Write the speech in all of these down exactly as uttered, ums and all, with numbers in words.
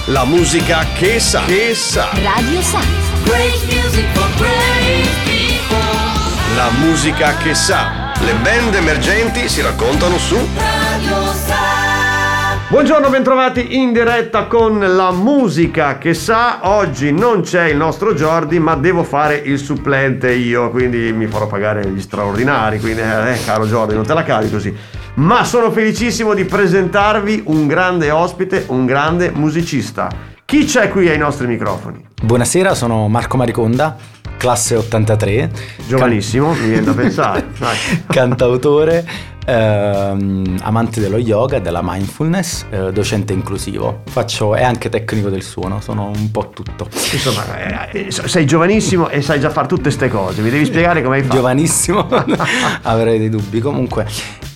La musica che sa, che sa. Radio Sa. Great music for great people. La musica che sa. Le band emergenti si raccontano su Radio Sa. Buongiorno, bentrovati in diretta con La musica che sa. Oggi non c'è il nostro Jordi, ma devo fare il supplente io, quindi mi farò pagare gli straordinari, quindi eh, caro Jordi, non te la cavi così. Ma sono felicissimo di presentarvi un grande ospite, un grande musicista. Chi c'è qui ai nostri microfoni? Buonasera, sono Marco Mariconda, classe ottantatré. Giovanissimo, Can... mi viene da pensare. Vai. Cantautore, ehm, amante dello yoga e della mindfulness, eh, docente inclusivo. Faccio e anche tecnico del suono, sono un po' tutto. Insomma, eh, sei giovanissimo e sai già fare tutte ste cose. Mi devi spiegare come hai fatto. Giovanissimo, avrei dei dubbi. Comunque,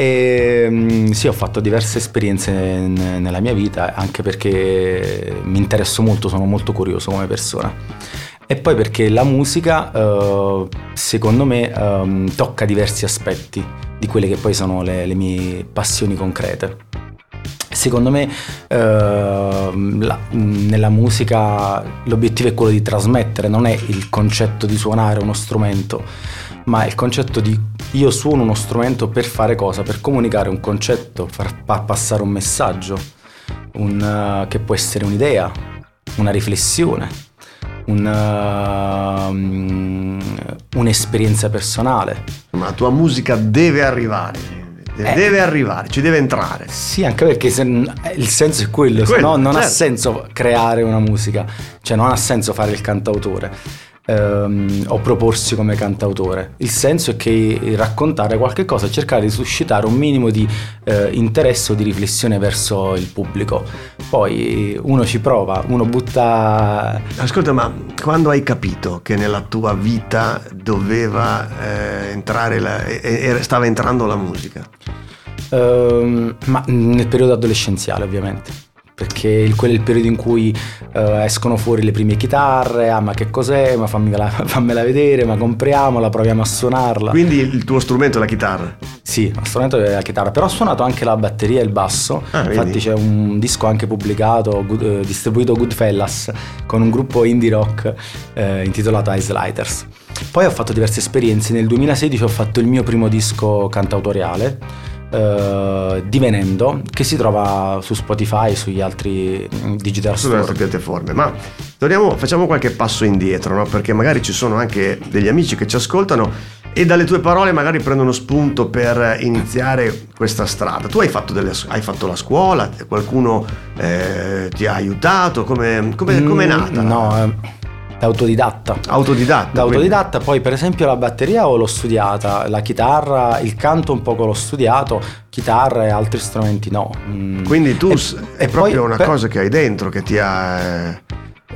e, sì, ho fatto diverse esperienze n- nella mia vita, anche perché mi interesso molto, sono molto curioso come persona. E poi perché la musica, eh, secondo me, eh, tocca diversi aspetti di quelle che poi sono le, le mie passioni concrete. Secondo me, eh, la, nella musica l'obiettivo è quello di trasmettere, non è il concetto di suonare uno strumento, ma è il concetto di io suono uno strumento per fare cosa? Per comunicare un concetto, far pa- passare un messaggio, un, uh, che può essere un'idea, una riflessione. Una, um, un'esperienza personale. Ma la tua musica deve arrivare, deve, eh, deve arrivare, ci deve entrare. Sì, anche perché se, il senso è quello, quello se no non certo. ha senso creare una musica, cioè non ha senso fare il cantautore. Ehm, o proporsi come cantautore. Il senso è che raccontare qualche cosa e cercare di suscitare un minimo di eh, interesse o di riflessione verso il pubblico. Poi uno ci prova, uno butta. Ascolta, ma quando hai capito che nella tua vita doveva eh, entrare la, eh, stava entrando la musica? Ehm, ma nel periodo adolescenziale, ovviamente. Perché il, quello è il periodo in cui uh, escono fuori le prime chitarre, ah ma che cos'è, ma fammela, fammela vedere, ma compriamola, proviamo a suonarla. Quindi il tuo strumento è la chitarra? Sì, lo strumento è la chitarra, però ho suonato anche la batteria e il basso, ah, infatti vedi? C'è un disco anche pubblicato, good, eh, distribuito Goodfellas, con un gruppo indie rock eh, intitolato Ice Lighters. Poi ho fatto diverse esperienze, nel duemilasedici ho fatto il mio primo disco cantautoriale, Uh, Divenendo, che si trova su Spotify e sugli altri digital sulle store, altre piattaforme. Ma torniamo, facciamo qualche passo indietro, no? Perché magari ci sono anche degli amici che ci ascoltano e dalle tue parole magari prendono spunto per iniziare questa strada. Tu hai fatto, delle, hai fatto la scuola, qualcuno eh, ti ha aiutato, come come, come è nata? Mm, no eh. Autodidatta. Autodidatta. Da autodidatta, poi per esempio la batteria l'ho studiata, la chitarra, il canto un poco l'ho studiato, chitarra e altri strumenti no. Mm. Quindi tu e, è e proprio poi, una per... cosa che hai dentro che ti ha... Eh...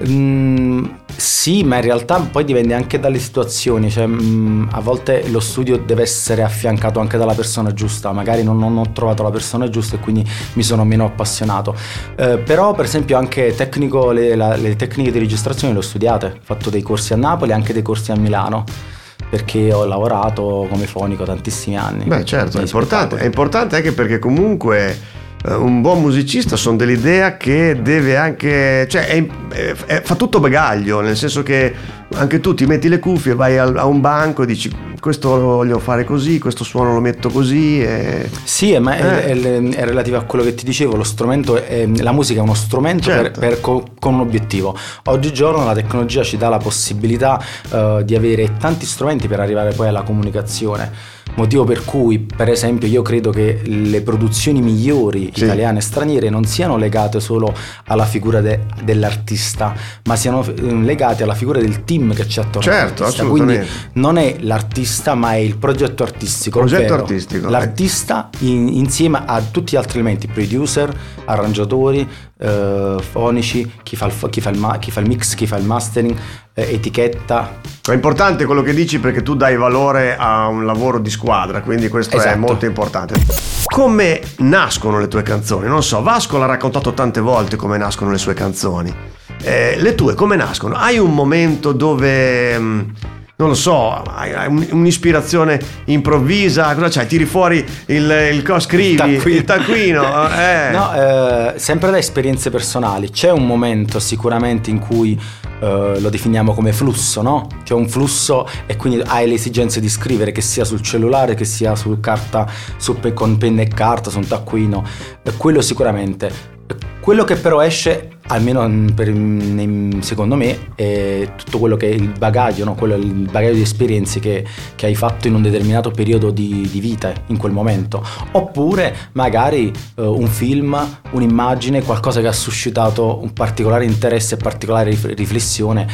Mm, sì, ma in realtà poi dipende anche dalle situazioni, cioè mm, a volte lo studio deve essere affiancato anche dalla persona giusta, magari non, non ho trovato la persona giusta e quindi mi sono meno appassionato, eh, però per esempio anche tecnico, le, la, le tecniche di registrazione le ho studiate, ho fatto dei corsi a Napoli e anche dei corsi a Milano, perché ho lavorato come fonico tantissimi anni. Beh certo, è importante, è importante anche perché comunque un buon musicista sono dell'idea che deve anche, cioè è, è, è, fa tutto bagaglio, nel senso che anche tu ti metti le cuffie, vai a, a un banco e dici questo lo voglio fare così, questo suono lo metto così e... Sì, ma eh. è, è, è relativo a quello che ti dicevo, lo strumento è, la musica è uno strumento, certo, per, per, con un obiettivo. Oggigiorno la tecnologia ci dà la possibilità uh, di avere tanti strumenti per arrivare poi alla comunicazione. Motivo per cui, per esempio, io credo che le produzioni migliori sì. italiane e straniere non siano legate solo alla figura de- dell'artista, ma siano legate alla figura del team che c'è attorno. Certo, all'artista. assolutamente. Quindi non è l'artista, ma è il progetto artistico. Progetto ovvero artistico. L'artista in, insieme a tutti gli altri elementi, producer, arrangiatori, eh, fonici, chi fa, il, chi, fa il ma- chi fa il mix, chi fa il mastering, eh, etichetta. È importante quello che dici perché tu dai valore a un lavoro di squadra, quindi questo esatto. è molto importante. Come nascono le tue canzoni? Non so, Vasco l'ha raccontato tante volte come nascono le sue canzoni. Eh, le tue come nascono? Hai un momento dove mh, non lo so, hai hai un- un'ispirazione improvvisa, cosa c'hai? Tiri fuori il, il co- scrivi, taccuino. il taccuino, eh. No, eh, sempre da esperienze personali. C'è un momento sicuramente in cui eh, lo definiamo come flusso, no? C'è un flusso e quindi hai l'esigenza di scrivere, che sia sul cellulare, che sia su carta, su pe- con penna e carta, su un taccuino. Eh, quello sicuramente. Quello che però esce, almeno mm, per, mm, secondo me, è tutto quello che è il bagaglio, no? Quello, il bagaglio di esperienze che, che hai fatto in un determinato periodo di, di vita, in quel momento. Oppure magari eh, un film, un'immagine, qualcosa che ha suscitato un particolare interesse e particolare rif- riflessione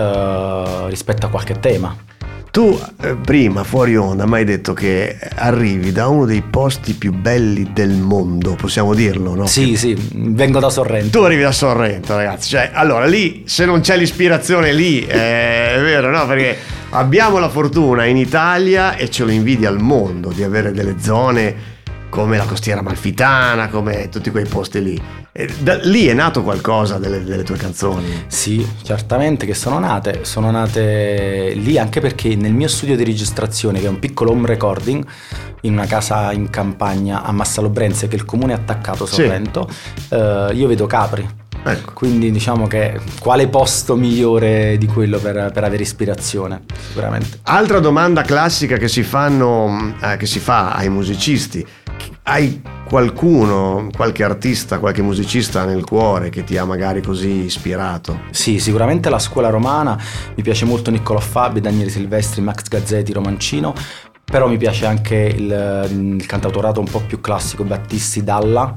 eh, rispetto a qualche tema. Tu eh, prima fuori onda mi hai detto che arrivi da uno dei posti più belli del mondo, possiamo dirlo, no? Sì, sì, vengo da Sorrento. Tu arrivi da Sorrento, ragazzi, cioè, allora lì, se non c'è l'ispirazione lì, eh, è vero, no? Perché abbiamo la fortuna in Italia, e ce lo invidia al mondo, di avere delle zone come la costiera amalfitana, come tutti quei posti lì. E da, lì è nato qualcosa delle, delle tue canzoni? Sì, certamente che sono nate, sono nate lì anche perché nel mio studio di registrazione, che è un piccolo home recording, in una casa in campagna a Massalobrenze, che è il comune attaccato Sorrento, sì. eh, io vedo capri. Ecco. Quindi diciamo che quale posto migliore di quello per, per avere ispirazione, sicuramente. Altra domanda classica che si fanno, eh, che si fa ai musicisti: hai qualcuno, qualche artista, qualche musicista nel cuore che ti ha magari così ispirato? Sì, sicuramente la scuola romana, mi piace molto Niccolò Fabi, Daniele Silvestri, Max Gazzetti, Romancino, però mi piace anche il, il cantautorato un po' più classico, Battisti, Dalla.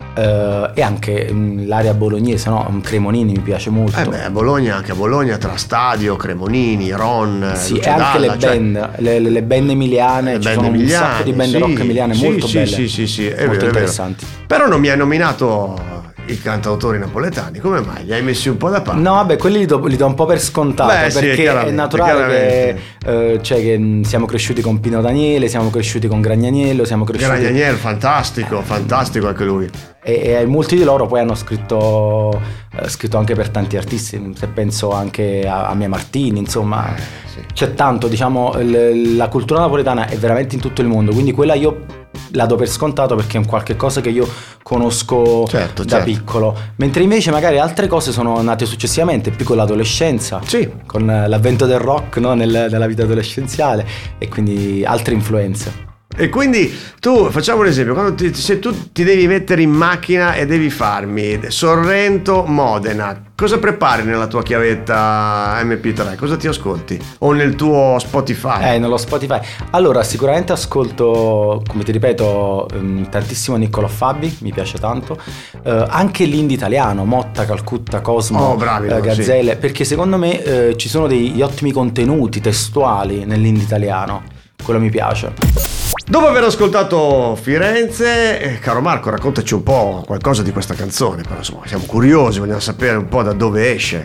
Uh, e anche um, l'area bolognese, no? Cremonini mi piace molto. Eh beh, a Bologna, anche a Bologna, tra Stadio, Cremonini, Ron, sì, Lucio e anche Dalla, le cioè, band, le, le band emiliane, le ci band sono emiliane, un sacco di band sì, rock emiliane sì, molto sì, belle, sì, sì, sì, è molto vero, è vero. interessanti. Però non mi hai nominato i cantautori napoletani, come mai? Li hai messi un po' da parte? No, vabbè, quelli li do, li do un po' per scontato. Beh, sì, perché chiaramente, è naturale chiaramente. che, eh, cioè, che mh, siamo cresciuti con Pino Daniele, siamo cresciuti con Gragnaniello, siamo cresciuti. Gragnaniello, fantastico, fantastico anche lui. E, e molti di loro poi hanno scritto, eh, scritto anche per tanti artisti, se penso anche a, a Mia Martini, insomma, Eh, sì. c'è tanto, diciamo, l- la cultura napoletana è veramente in tutto il mondo, quindi quella io la do per scontato perché è un qualche cosa che io conosco Certo, da certo. piccolo, mentre invece magari altre cose sono nate successivamente, più con l'adolescenza, Sì. con l'avvento del rock, no, nel- nella vita adolescenziale, e quindi altre influenze. E quindi tu, facciamo un esempio, quando ti, se tu ti devi mettere in macchina e devi farmi Sorrento, Modena, cosa prepari nella tua chiavetta emme pi tre? Cosa ti ascolti? O nel tuo Spotify? Eh, nello Spotify. Allora, sicuramente ascolto, come ti ripeto, ehm, tantissimo Niccolò Fabi, mi piace tanto. Eh, anche l'indie italiano, Motta, Calcutta, Cosmo, Oh, bravi eh, loro, Gazzelle, perché secondo me eh, ci sono degli ottimi contenuti testuali nell'indie italiano. Quello mi piace. Dopo aver ascoltato Firenze, eh, caro Marco, raccontaci un po' qualcosa di questa canzone, però insomma siamo curiosi, vogliamo sapere un po' da dove esce.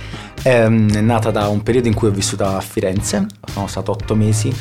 È nata da un periodo in cui ho vissuto a Firenze, sono stato otto mesi,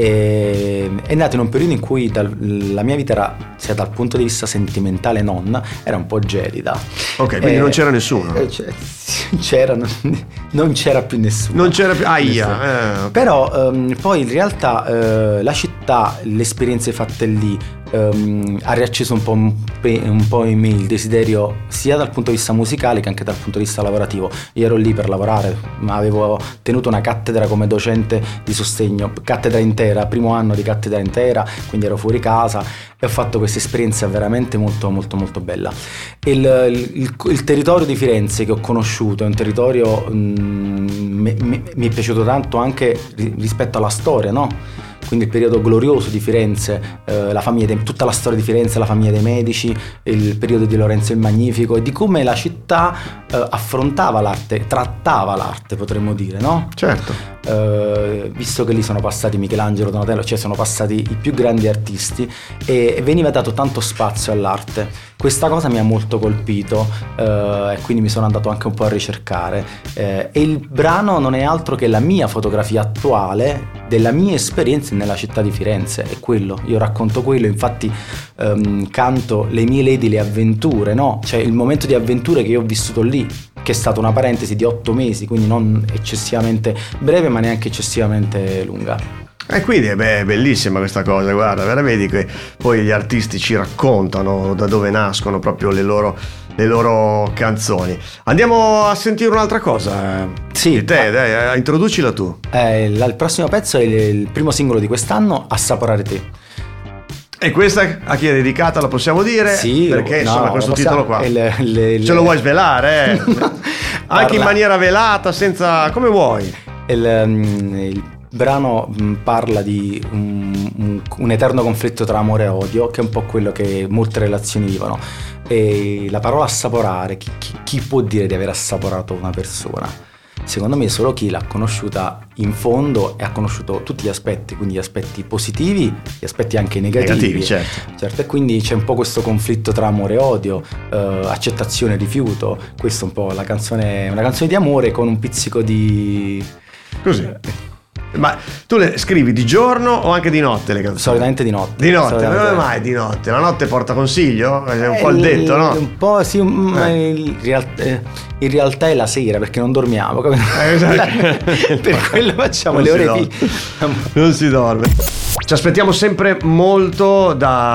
e è nata in un periodo in cui dal, la mia vita era, sia dal punto di vista sentimentale non, era un po' gelida. Ok, quindi non c'era nessuno. eh, c- C'era, non, non c'era più nessuno. Non c'era più, aia, eh, ok. Però ehm, poi in realtà eh, la città, le esperienze fatte lì ehm, ha riacceso un po', un, pe- un po' in me il desiderio sia dal punto di vista musicale che anche dal punto di vista lavorativo. Io ero lì per lavorare, ma avevo tenuto una cattedra come docente di sostegno, cattedra intera, primo anno di cattedra intera, quindi ero fuori casa e ho fatto questa esperienza veramente molto molto molto bella. Il, il, il, il territorio di Firenze che ho conosciuto è un territorio mh, mi, mi, mi è piaciuto tanto anche ri- rispetto alla storia, no? Quindi il periodo glorioso di Firenze, eh, la famiglia dei, tutta la storia di Firenze, la famiglia dei Medici, il periodo di Lorenzo il Magnifico e di come la città eh, affrontava l'arte, trattava l'arte, potremmo dire, no? Certo. Eh, visto che lì sono passati Michelangelo, Donatello, cioè sono passati i più grandi artisti e veniva dato tanto spazio all'arte. Questa cosa mi ha molto colpito eh, e quindi mi sono andato anche un po' a ricercare. Eh, e il brano non è altro che la mia fotografia attuale della mia esperienza nella città di Firenze, è quello, io racconto quello, infatti ehm, canto le mie lady, le avventure, no? Cioè il momento di avventure che io ho vissuto lì, che è stata una parentesi di otto mesi, quindi non eccessivamente breve ma neanche eccessivamente lunga. E quindi è, beh, è bellissima questa cosa, guarda, veramente che poi gli artisti ci raccontano da dove nascono proprio le loro, le loro canzoni. Andiamo a sentire un'altra cosa. Sì. Di te, dai, introducila tu. Eh, il, il prossimo pezzo è il, il primo singolo di quest'anno, Assaporare te. E questa a chi è dedicata la possiamo dire? Sì, perché no, insomma questo titolo qua il, il, il, ce lo vuoi svelare? Eh? Anche Parla. in maniera velata, senza, come vuoi. Il, um, il brano um, parla di un, un, un eterno conflitto tra amore e odio, che è un po' quello che molte relazioni vivono. E la parola assaporare, chi, chi, chi può dire di aver assaporato una persona? Secondo me solo chi l'ha conosciuta in fondo e ha conosciuto tutti gli aspetti, quindi gli aspetti positivi, gli aspetti anche negativi. Negativi, certo. Certo, e quindi c'è un po' questo conflitto tra amore e odio, eh, accettazione e rifiuto. Questa è un po' la canzone, una canzone di amore con un pizzico di... Così. Ma tu le scrivi di giorno o anche di notte le canzoni? Solitamente di notte. Di notte, Solitamente. come mai di notte? La notte porta consiglio? È un Eh, po' il detto, no? Un po' sì, un- Eh. in, realtà, in realtà è la sera perché non dormiamo, capito? Eh, esatto. Per quello facciamo Non le si ore dorme. fi- Non si dorme. Ci aspettiamo sempre molto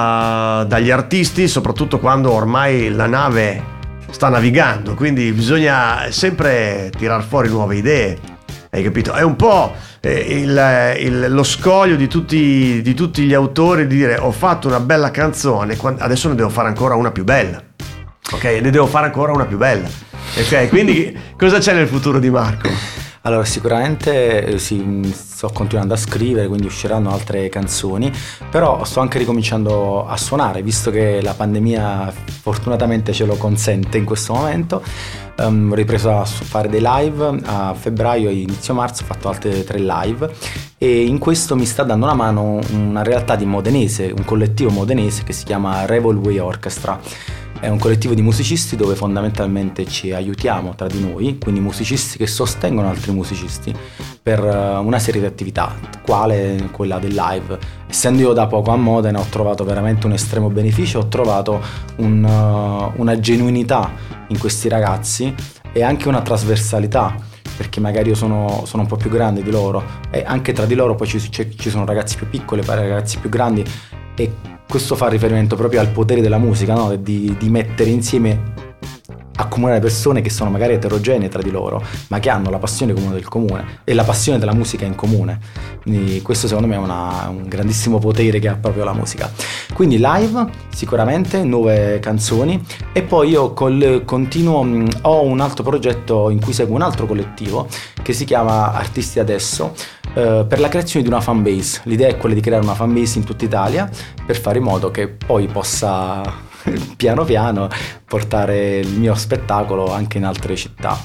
da- dagli artisti, soprattutto quando ormai la nave sta navigando, quindi bisogna sempre tirar fuori nuove idee. Hai capito? È un po' eh, il, il- lo scoglio di tutti, di tutti gli autori di dire: ho fatto una bella canzone, quan- adesso ne devo fare ancora una più bella. Ok, ne devo fare ancora una più bella. Ok, quindi cosa c'è nel futuro di Marco? Allora sicuramente eh, sì, sto continuando a scrivere, quindi usciranno altre canzoni, però sto anche ricominciando a suonare, visto che la pandemia fortunatamente ce lo consente in questo momento. Um, ho ripreso a fare dei live a febbraio e inizio marzo, ho fatto altre tre live e in questo mi sta dando una mano una realtà di modenese, un collettivo modenese che si chiama Revolway Orchestra. È un collettivo di musicisti dove fondamentalmente ci aiutiamo tra di noi, quindi musicisti che sostengono altri musicisti per una serie di attività, quale quella del live. Essendo io da poco a Modena ho trovato veramente un estremo beneficio, ho trovato un, uh, una genuinità in questi ragazzi e anche una trasversalità, perché magari io sono, sono un po' più grande di loro e anche tra di loro poi ci, ci sono ragazzi più piccoli, ragazzi più grandi e questo fa riferimento proprio al potere della musica, no? di, di mettere insieme, accomunare persone che sono magari eterogenee tra di loro, ma che hanno la passione comune del comune e la passione della musica in comune. Quindi questo secondo me è una, un grandissimo potere che ha proprio la musica. Quindi live sicuramente, nuove canzoni e poi io col, continuo, mh, ho un altro progetto in cui seguo un altro collettivo che si chiama Artisti Adesso, eh, per la creazione di una fanbase. L'idea è quella di creare una fanbase in tutta Italia per fare in modo che poi possa piano piano portare il mio spettacolo anche in altre città.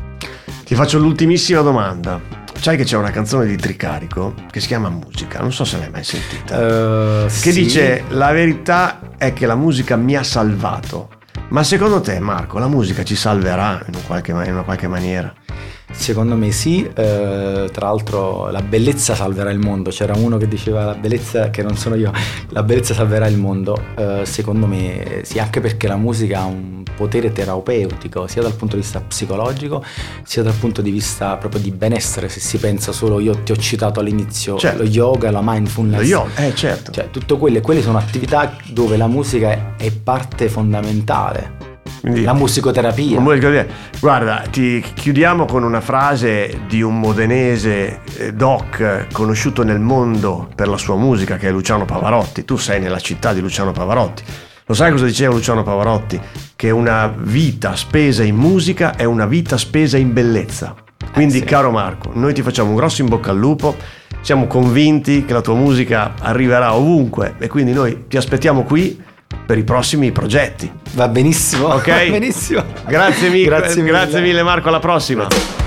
Ti faccio l'ultimissima domanda. Sai che c'è una canzone di Tricarico che si chiama Musica, non so se l'hai mai sentita, Uh, che sì. dice: la verità è che la musica mi ha salvato. Ma secondo te, Marco, la musica ci salverà in, un qualche, in una qualche maniera? Secondo me sì, eh, tra l'altro la bellezza salverà il mondo, c'era uno che diceva la bellezza, che non sono io, la bellezza salverà il mondo, eh, secondo me sì, anche perché la musica ha un potere terapeutico sia dal punto di vista psicologico sia dal punto di vista proprio di benessere. Se si pensa solo, io ti ho citato all'inizio, certo, lo yoga, la mindfulness, lo yoga, eh certo, cioè tutte quelle, quelle sono attività dove la musica è parte fondamentale. quindi La musicoterapia. Guarda, ti chiudiamo con una frase di un modenese eh, doc conosciuto nel mondo per la sua musica, che è Luciano Pavarotti. Tu sei nella città di Luciano Pavarotti. Lo sai cosa diceva Luciano Pavarotti? Che una vita spesa in musica è una vita spesa in bellezza. Quindi, eh sì. Caro Marco, noi ti facciamo un grosso in bocca al lupo. Siamo convinti che la tua musica arriverà ovunque e quindi noi ti aspettiamo qui per i prossimi progetti. Va benissimo, Ok? va benissimo. Grazie mille, Grazie mille. grazie mille Marco, alla prossima.